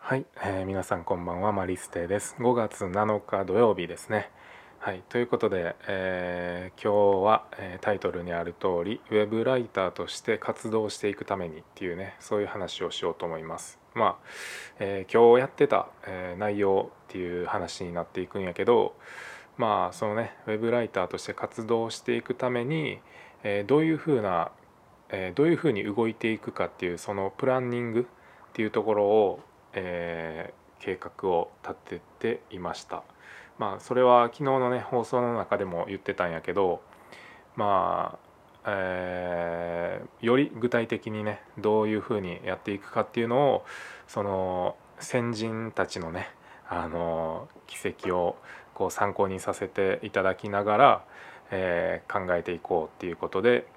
はい、皆さんこんばんは、マリステです。5月7日土曜日ですね。はい、ということで、今日は、タイトルにある通り、ウェブライターとして活動していくためにっていうね、そういう話をしようと思います。今日やってた、内容っていう話になっていくんやけど、そのね、ウェブライターとして活動していくために、どういうふうな、どういうふうに動いていくかっていうそのプランニングっていうところを計画を立てていました。それは昨日のね放送の中でも言ってたんやけど、まより具体的にねどういうふうにやっていくかっていうのをその先人たちのね軌跡をこう参考にさせていただきながら、考えていこうっていうことで、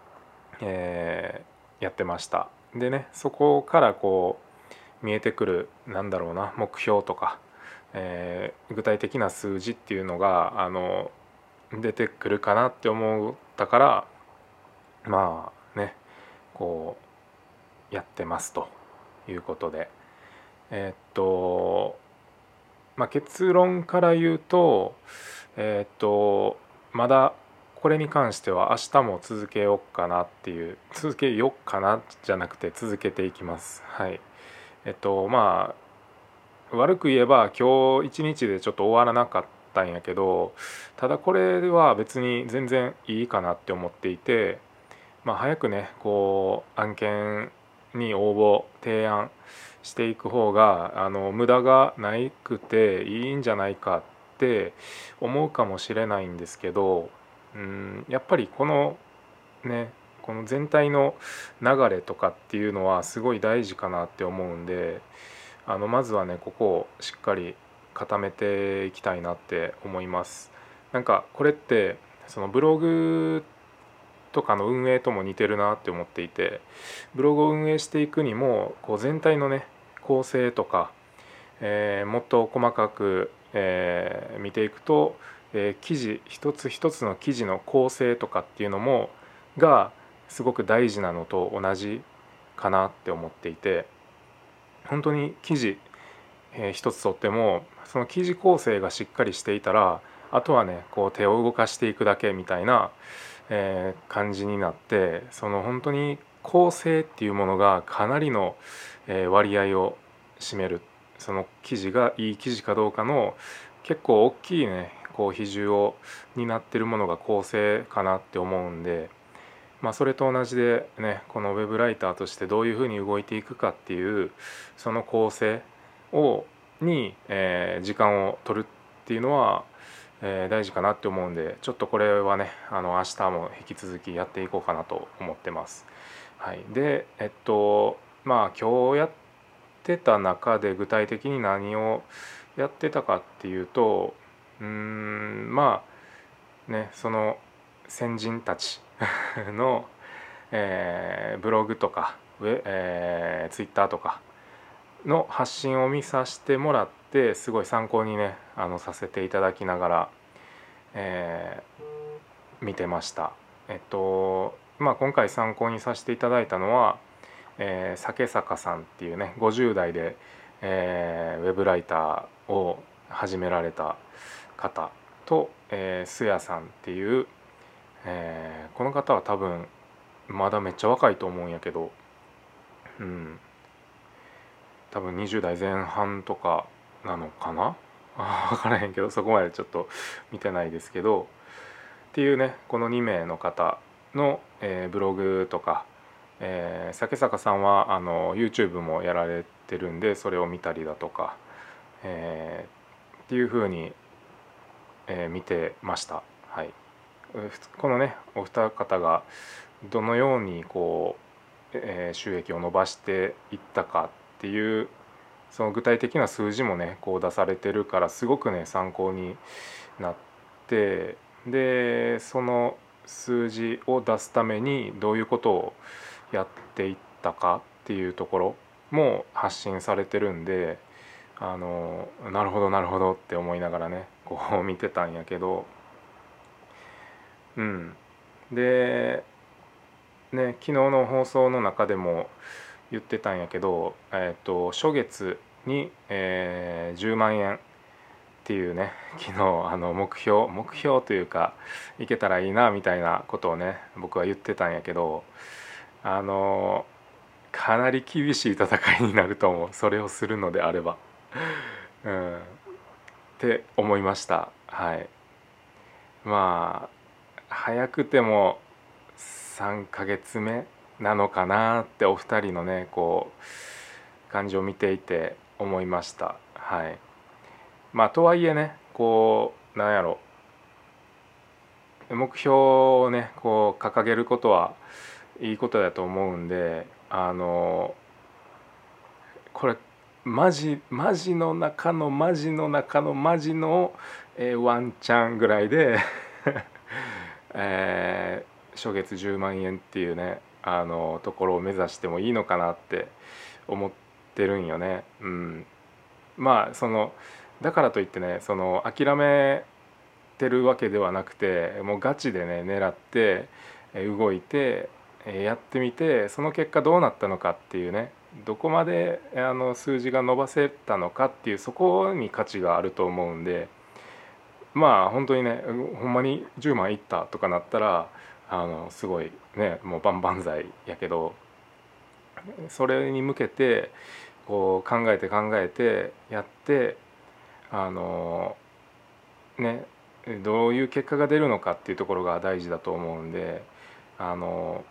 やってました。でね、そこからこう見えてくるなんだろうな目標とか、具体的な数字っていうのが出てくるかなって思ったから、こうやってますということで、結論から言うと、まだこれに関しては明日も続けようかなっていう、続けようかなじゃなくて続けていきます。はい。悪く言えば今日一日でちょっと終わらなかったんやけど、ただこれは別に全然いいかなって思っていて、早くねこう案件に応募提案していく方が無駄がなくていいんじゃないかって思うかもしれないんですけど、やっぱりねこの全体の流れとかっていうのはすごい大事かなって思うんで、まずはねここをしっかり固めていきたいなって思います。なんかこれってそのブログとかの運営とも似てるなって思っていて、ブログを運営していくにもこう全体のね構成とか、もっと細かく、見ていくと、記事一つ一つの記事の構成とかっていうのもがすごく大事なのと同じかなって思っていて、本当に記事、一つとってもその記事構成がしっかりしていたら、あとはねこう手を動かしていくだけみたいな、感じになって、その本当に構成っていうものがかなりの、割合を占める、その記事がいい記事かどうかの結構大きいねこう比重を担ってるものが構成かなって思うんで、それと同じでねこのウェブライターとしてどういうふうに動いていくかっていうその構成に、時間を取るっていうのは、大事かなって思うんで、ちょっとこれはね明日も引き続きやっていこうかなと思ってます。はい、で今日やってた中で具体的に何をやってたかっていうと、その先人たちの、ブログとかツイッターとかの発信を見させてもらって、すごい参考にねさせていただきながら、え見てました。今回参考にさせていただいたのは、酒坂さんっていうね50代で、ウェブライターを始められた方と、すやさんっていう、この方は多分まだめっちゃ若いと思うんやけど、多分20代前半とかなのかな、分からへんけどそこまでちょっと見てないですけど、っていうねこの2名の方の、ブログとか、酒坂さんはYouTube もやられてるんでそれを見たりだとか、っていう風に、見てました。はい、このねお二方がどのようにこう、収益を伸ばしていったかっていうその具体的な数字もねこう出されてるからすごくね参考になって、でその数字を出すためにどういうことをやっていったかっていうところも発信されてるんで、なるほどなるほどって思いながらねこう見てたんやけど、でね昨日の放送の中でも言ってたんやけど、初月に、10万円っていうね、昨日目標というかいけたらいいなみたいなことをね僕は言ってたんやけど、あのかなり厳しい戦いになると思う、それをするのであれば、って思いました。はい。まあ早くても3ヶ月目なのかなってお二人のねこう感じを見ていて思いました。はい。まあとはいえねこうなんやろ、目標をねこう掲げることはいいことだと思うんで、これマジの中のマジの中のマジの、ワンチャンぐらいで初月10万円っていうねところを目指してもいいのかなって思ってるんよね。まあだからといってね諦めてるわけではなくて、もうガチでね狙って動いてやってみて、その結果どうなったのかっていうね、どこまで数字が伸ばせたのかっていう、そこに価値があると思うんで、まあ本当にねほんまに10万いったとかなったらすごいねもう万々歳やけど、それに向けてこう考えてやってあのねどういう結果が出るのかっていうところが大事だと思うんで、あの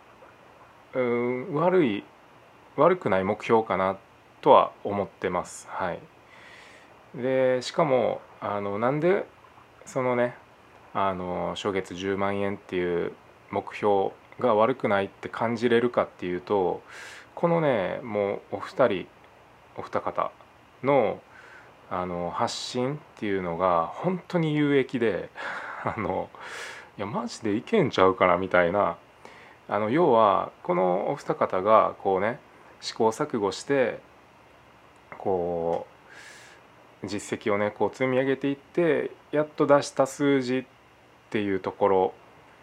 悪くない目標かなとは思ってます。はい。でしかもなんでそのね初月10万円っていう目標が悪くないって感じれるかっていうと、このねもうお二方の発信っていうのが本当に有益でいやマジでいけんちゃうかなみたいな、要はこのお二方がこうね試行錯誤してこう実績をねこう積み上げていってやっと出した数字っていうところ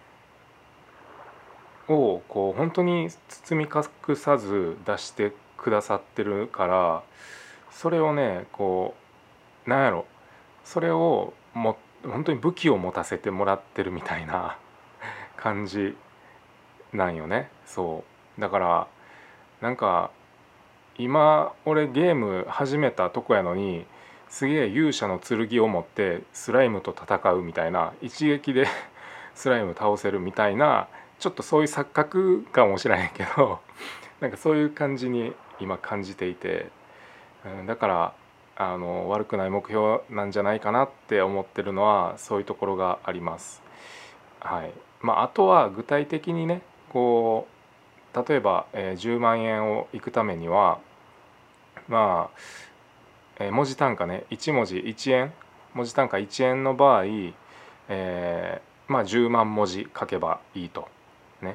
をこう本当に包み隠さず出してくださってるから、それをねこうなんやろ、それを本当に武器を持たせてもらってるみたいな感じなんよね。そうだからなんか今俺ゲーム始めたとこやのにすげえ勇者の剣を持ってスライムと戦うみたいな、一撃でスライム倒せるみたいな、ちょっとそういう錯覚かもしれへんけどなんかそういう感じに今感じていて、だから悪くない目標なんじゃないかなって思ってるのはそういうところがあります。はい。まああとは具体的にねこう例えば、10万円をいくためにはまあ、文字単価ね1文字1円、文字単価1円の場合、まあ10万文字書けばいいとね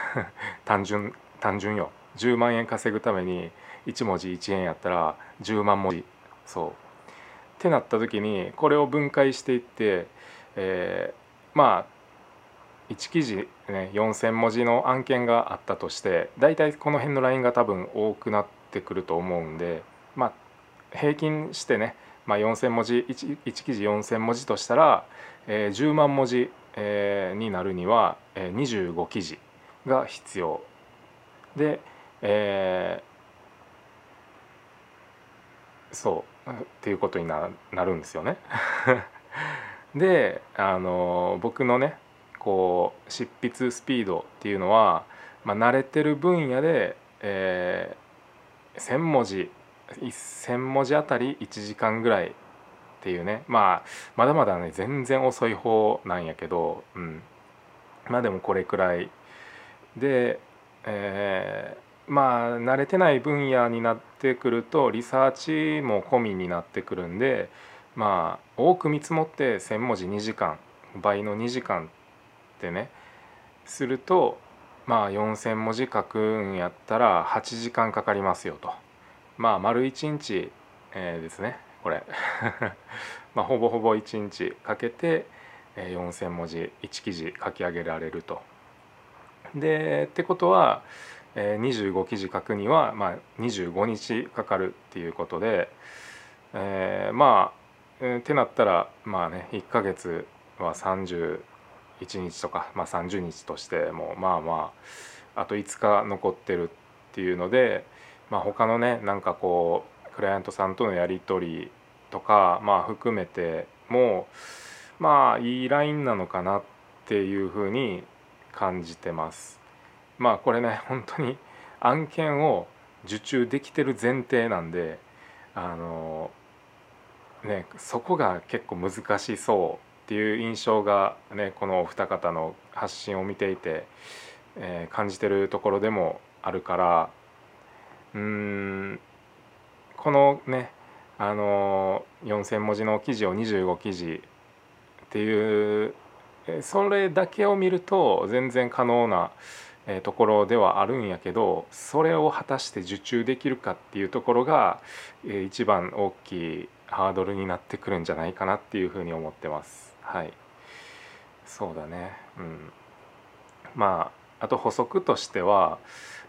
単純よ。10万円稼ぐために1文字1円やったら10万文字、そうってなった時にこれを分解していって、まあ1記事ね4,000文字の案件があったとして、だいたいこの辺のラインが多分多くなってくると思うんで、まあ平均してね、まあ、4,000文字 1記事4,000文字としたら、10万文字、になるには、25記事が必要で、そうっていうことになるんですよね。で僕のねこう執筆スピードっていうのは、まあ、慣れてる分野で、1,000文字1,000文字あたり1時間ぐらいっていうね、まあまだまだね全然遅い方なんやけど、まあでもこれくらいで、まあ慣れてない分野になってくるとリサーチも込みになってくるんで、まあ多く見積もって1,000文字2時間倍の2時間ってねすると、まあ4,000文字書くんやったら8時間かかりますよと。まあ丸1日、ですねこれまあほぼほぼ1日かけて4,000文字1記事書き上げられると。でってことは 25記事書くには、25日かかるっていうことで、ってなったら1ヶ月は31日とか、30日としてもあと5日残ってるっていうので、他のねなんかこうクライアントさんとのやり取りとか含めてもいいラインなのかなっていうふうに感じてます。これね本当に案件を受注できてる前提なんで、あのそこが結構難しそうっていう印象がねこのお二方の発信を見ていて、感じてるところでもあるから、このね4,000文字の記事を25記事っていうそれだけを見ると全然可能なところではあるんやけど、それを果たして受注できるかっていうところが一番大きいハードルになってくるんじゃないかなっていうふうに思ってます。はい、そうだね。あと補足としては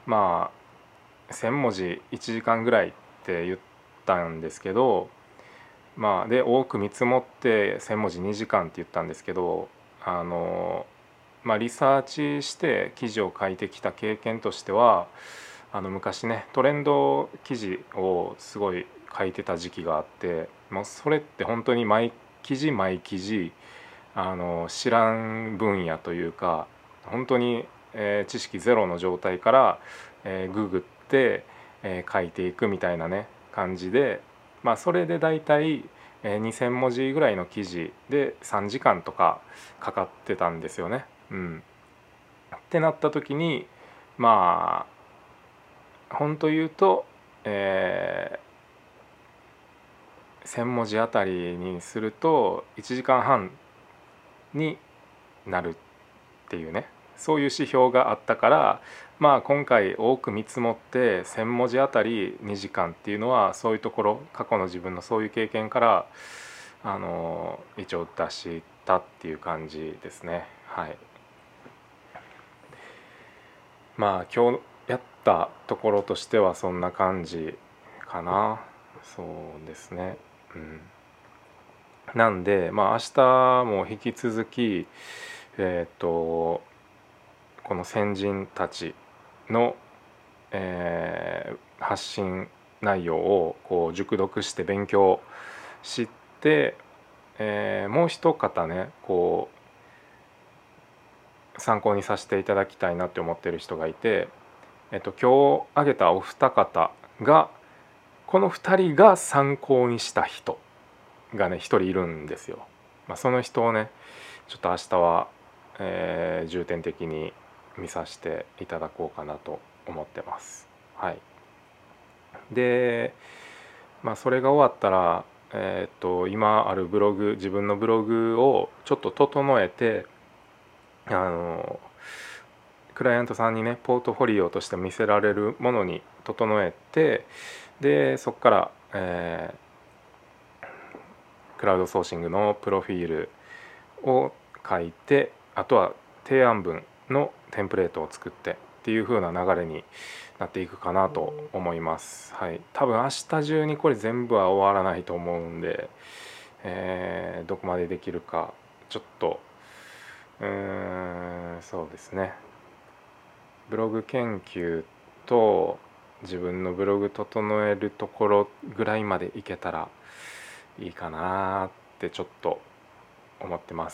1,000文字1時間ぐらいって言ったんですけど、で多く見積もって1,000文字2時間って言ったんですけど、リサーチして記事を書いてきた経験としては、昔ねトレンド記事をすごい書いてた時期があって、もうそれって本当に毎記事毎記事知らん分野というか本当に、知識ゼロの状態から、ググって、書いていくみたいなね感じで、それでだいたい2,000文字ぐらいの記事で3時間とかかかってたんですよね。ってなった時に本当言うと、1,000文字あたりにすると1時間半になるっていうね、そういう指標があったから、今回多く見積もって1,000文字あたり2時間っていうのはそういうところ過去の自分のそういう経験から一応出したっていう感じですね。はい。今日やったところとしてはそんな感じかな。そうですね。なんで明日も引き続きこの先人たちの、発信内容をこう熟読して勉強して、もう一方ねこう参考にさせていただきたいなって思ってる人がいて、今日挙げたお二方がこの2人が参考にした人がね1人いるんですよ。その人をねちょっと明日は、重点的に見させていただこうかなと思ってます。はい。で、それが終わったら、今あるブログ、自分のブログをちょっと整えて、クライアントさんにねポートフォリオとして見せられるものに整えて、でそこから、クラウドソーシングのプロフィールを書いて、あとは提案文のテンプレートを作ってっていう風な流れになっていくかなと思います。はい、多分明日中にこれ全部は終わらないと思うんで、どこまでできるかちょっとそうですね、ブログ研究と自分のブログ整えるところぐらいまでいけたらいいかなってちょっと思ってます。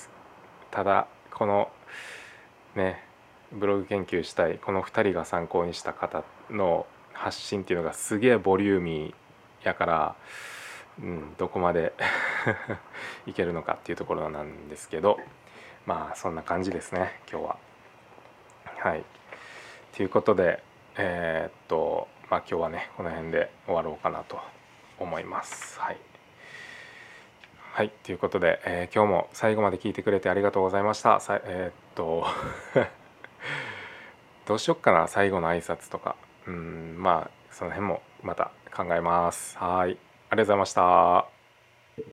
ただこのねブログ研究したいこの2人が参考にした方の発信っていうのがすげえボリューミーやから、どこまでいけるのかっていうところなんですけど、そんな感じですね今日は。はい。ということで今日はねこの辺で終わろうかなと思います。はい。はい、ということで、今日も最後まで聞いてくれてありがとうございました。どうしよっかな最後の挨拶とか、その辺もまた考えます。はい、ありがとうございました。